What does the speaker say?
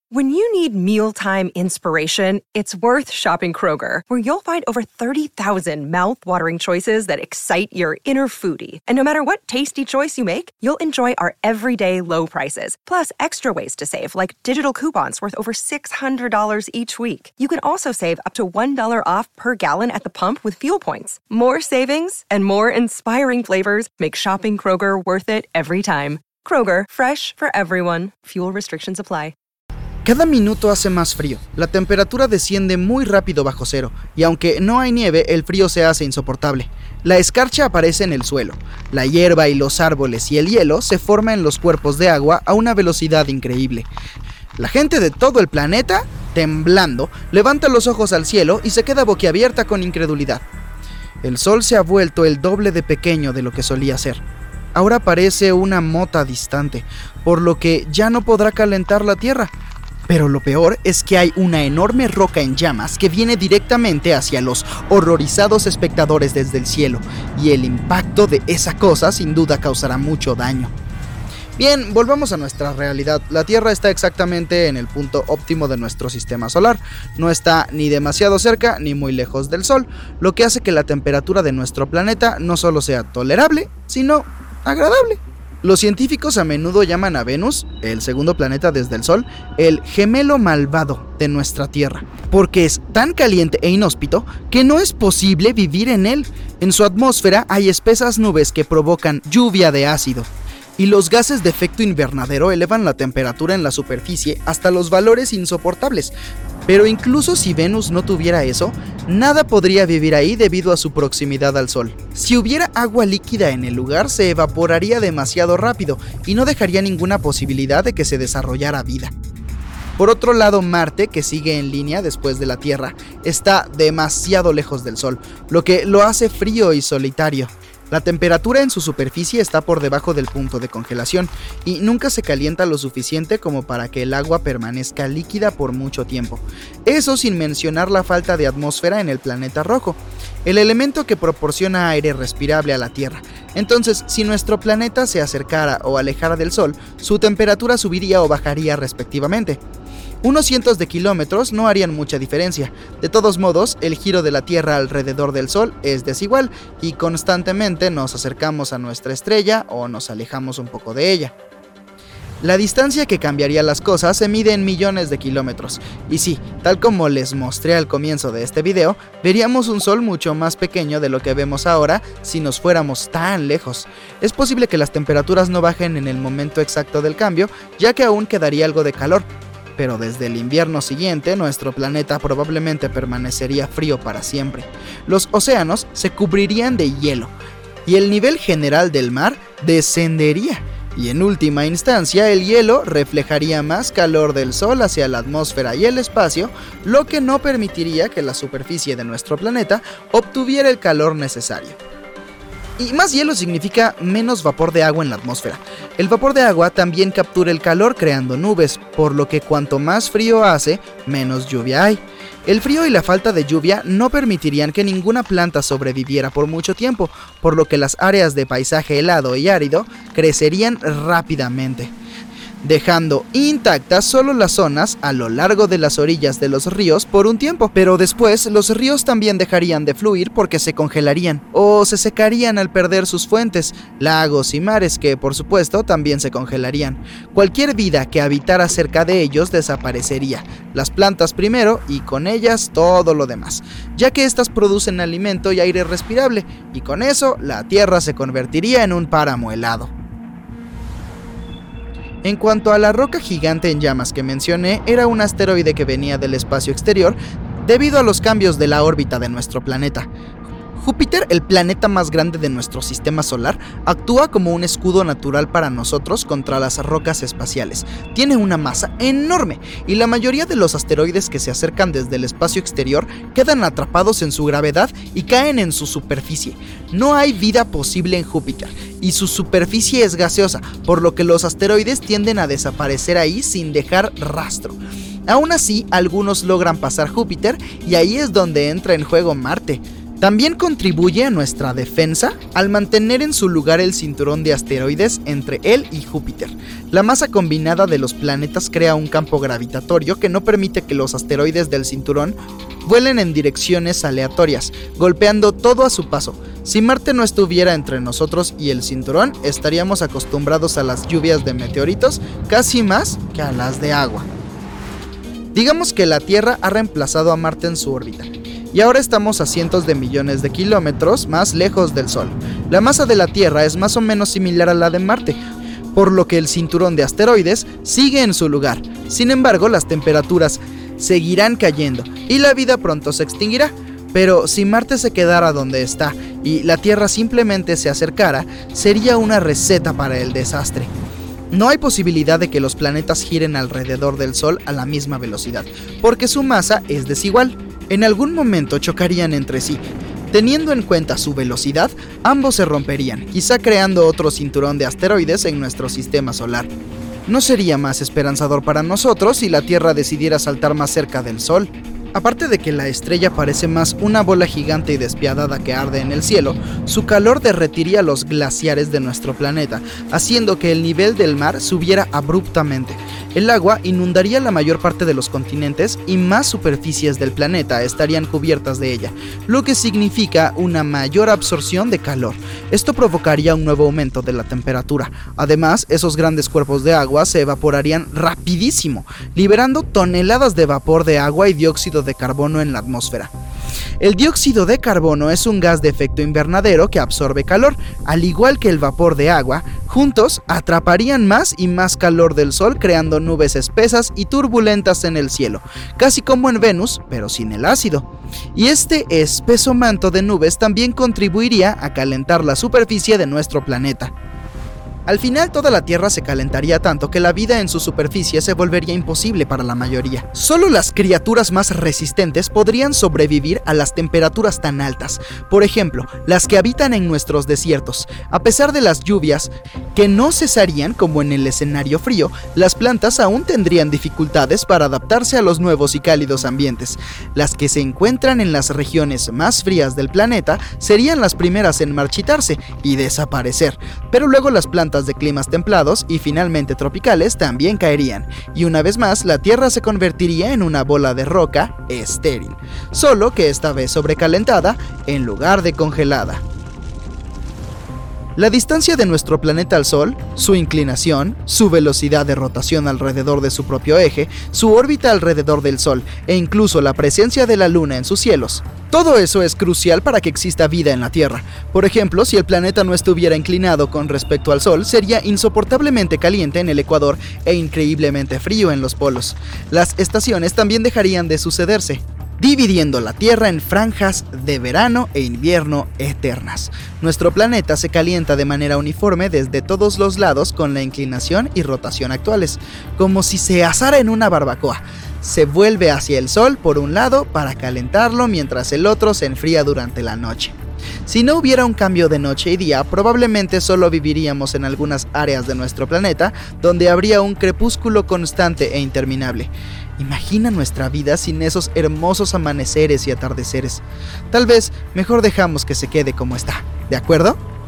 When you need mealtime inspiration, it's worth shopping Kroger, where you'll find over 30,000 mouth-watering choices that excite your inner foodie. And no matter what tasty choice you make, you'll enjoy our everyday low prices, plus extra ways to save, like digital coupons worth over $600 each week. You can also save up to $1 off per gallon at the pump with fuel points. More savings and more inspiring flavors make shopping Kroger worth it every time. Kroger, fresh for everyone. Fuel restrictions apply. Cada minuto hace más frío, la temperatura desciende muy rápido bajo cero, y aunque no hay nieve, el frío se hace insoportable. La escarcha aparece en el suelo, la hierba y los árboles y el hielo se forman en los cuerpos de agua a una velocidad increíble. La gente de todo el planeta, temblando, levanta los ojos al cielo y se queda boquiabierta con incredulidad. El sol se ha vuelto el doble de pequeño de lo que solía ser. Ahora parece una mota distante, por lo que ya no podrá calentar la tierra. Pero lo peor es que hay una enorme roca en llamas que viene directamente hacia los horrorizados espectadores desde el cielo, y el impacto de esa cosa sin duda causará mucho daño. Bien, volvamos a nuestra realidad. La Tierra está exactamente en el punto óptimo de nuestro sistema solar. No está ni demasiado cerca ni muy lejos del Sol, lo que hace que la temperatura de nuestro planeta no solo sea tolerable, sino agradable. Los científicos a menudo llaman a Venus, el segundo planeta desde el Sol, el gemelo malvado de nuestra Tierra, porque es tan caliente e inhóspito que no es posible vivir en él. En su atmósfera hay espesas nubes que provocan lluvia de ácido, y los gases de efecto invernadero elevan la temperatura en la superficie hasta los valores insoportables. Pero incluso si Venus no tuviera eso, nada podría vivir ahí debido a su proximidad al Sol. Si hubiera agua líquida en el lugar, se evaporaría demasiado rápido y no dejaría ninguna posibilidad de que se desarrollara vida. Por otro lado, Marte, que sigue en línea después de la Tierra, está demasiado lejos del Sol, lo que lo hace frío y solitario. La temperatura en su superficie está por debajo del punto de congelación y nunca se calienta lo suficiente como para que el agua permanezca líquida por mucho tiempo. Eso sin mencionar la falta de atmósfera en el planeta rojo, el elemento que proporciona aire respirable a la Tierra. Entonces, si nuestro planeta se acercara o alejara del Sol, su temperatura subiría o bajaría respectivamente. Unos cientos de kilómetros no harían mucha diferencia. De todos modos, el giro de la Tierra alrededor del Sol es desigual y constantemente nos acercamos a nuestra estrella o nos alejamos un poco de ella. La distancia que cambiaría las cosas se mide en millones de kilómetros. Y sí, tal como les mostré al comienzo de este video, veríamos un Sol mucho más pequeño de lo que vemos ahora si nos fuéramos tan lejos. Es posible que las temperaturas no bajen en el momento exacto del cambio, ya que aún quedaría algo de calor. Pero desde el invierno siguiente, nuestro planeta probablemente permanecería frío para siempre. Los océanos se cubrirían de hielo, y el nivel general del mar descendería. Y en última instancia, el hielo reflejaría más calor del Sol hacia la atmósfera y el espacio, lo que no permitiría que la superficie de nuestro planeta obtuviera el calor necesario. Y más hielo significa menos vapor de agua en la atmósfera. El vapor de agua también captura el calor creando nubes, por lo que cuanto más frío hace, menos lluvia hay. El frío y la falta de lluvia no permitirían que ninguna planta sobreviviera por mucho tiempo, por lo que las áreas de paisaje helado y árido crecerían rápidamente, dejando intactas solo las zonas a lo largo de las orillas de los ríos por un tiempo, pero después los ríos también dejarían de fluir porque se congelarían o se secarían al perder sus fuentes, lagos y mares que por supuesto también se congelarían. Cualquier vida que habitara cerca de ellos desaparecería, las plantas primero y con ellas todo lo demás, ya que estas producen alimento y aire respirable, y con eso la Tierra se convertiría en un páramo helado. En cuanto a la roca gigante en llamas que mencioné, era un asteroide que venía del espacio exterior debido a los cambios de la órbita de nuestro planeta. Júpiter, el planeta más grande de nuestro sistema solar, actúa como un escudo natural para nosotros contra las rocas espaciales. Tiene una masa enorme y la mayoría de los asteroides que se acercan desde el espacio exterior quedan atrapados en su gravedad y caen en su superficie. No hay vida posible en Júpiter y su superficie es gaseosa, por lo que los asteroides tienden a desaparecer ahí sin dejar rastro. Aún así, algunos logran pasar Júpiter y ahí es donde entra en juego Marte. También contribuye a nuestra defensa al mantener en su lugar el cinturón de asteroides entre él y Júpiter. La masa combinada de los planetas crea un campo gravitatorio que no permite que los asteroides del cinturón vuelen en direcciones aleatorias, golpeando todo a su paso. Si Marte no estuviera entre nosotros y el cinturón, estaríamos acostumbrados a las lluvias de meteoritos casi más que a las de agua. Digamos que la Tierra ha reemplazado a Marte en su órbita, y ahora estamos a cientos de millones de kilómetros más lejos del Sol. La masa de la Tierra es más o menos similar a la de Marte, por lo que el cinturón de asteroides sigue en su lugar. Sin embargo, las temperaturas seguirán cayendo y la vida pronto se extinguirá. Pero si Marte se quedara donde está y la Tierra simplemente se acercara, sería una receta para el desastre. No hay posibilidad de que los planetas giren alrededor del Sol a la misma velocidad, porque su masa es desigual. En algún momento chocarían entre sí. Teniendo en cuenta su velocidad, ambos se romperían, quizá creando otro cinturón de asteroides en nuestro sistema solar. ¿No sería más esperanzador para nosotros si la Tierra decidiera saltar más cerca del Sol? Aparte de que la estrella parece más una bola gigante y despiadada que arde en el cielo, su calor derretiría los glaciares de nuestro planeta, haciendo que el nivel del mar subiera abruptamente. El agua inundaría la mayor parte de los continentes y más superficies del planeta estarían cubiertas de ella, lo que significa una mayor absorción de calor. Esto provocaría un nuevo aumento de la temperatura. Además, esos grandes cuerpos de agua se evaporarían rapidísimo, liberando toneladas de vapor de agua y dióxido de carbono en la atmósfera. El dióxido de carbono es un gas de efecto invernadero que absorbe calor, al igual que el vapor de agua. Juntos atraparían más y más calor del Sol, creando nubes espesas y turbulentas en el cielo, casi como en Venus, pero sin el ácido. Y este espeso manto de nubes también contribuiría a calentar la superficie de nuestro planeta. Al final, toda la Tierra se calentaría tanto que la vida en su superficie se volvería imposible para la mayoría. Solo las criaturas más resistentes podrían sobrevivir a las temperaturas tan altas. Por ejemplo, las que habitan en nuestros desiertos. A pesar de las lluvias, que no cesarían como en el escenario frío, las plantas aún tendrían dificultades para adaptarse a los nuevos y cálidos ambientes. Las que se encuentran en las regiones más frías del planeta serían las primeras en marchitarse y desaparecer, pero luego las plantas de climas templados y finalmente tropicales también caerían, y una vez más la Tierra se convertiría en una bola de roca estéril, solo que esta vez sobrecalentada en lugar de congelada. La distancia de nuestro planeta al Sol, su inclinación, su velocidad de rotación alrededor de su propio eje, su órbita alrededor del Sol e incluso la presencia de la Luna en sus cielos. Todo eso es crucial para que exista vida en la Tierra. Por ejemplo, si el planeta no estuviera inclinado con respecto al Sol, sería insoportablemente caliente en el ecuador e increíblemente frío en los polos. Las estaciones también dejarían de sucederse, dividiendo la Tierra en franjas de verano e invierno eternas. Nuestro planeta se calienta de manera uniforme desde todos los lados con la inclinación y rotación actuales, como si se asara en una barbacoa. Se vuelve hacia el Sol por un lado para calentarlo mientras el otro se enfría durante la noche. Si no hubiera un cambio de noche y día, probablemente solo viviríamos en algunas áreas de nuestro planeta donde habría un crepúsculo constante e interminable. Imagina nuestra vida sin esos hermosos amaneceres y atardeceres. Tal vez mejor dejamos que se quede como está, ¿de acuerdo?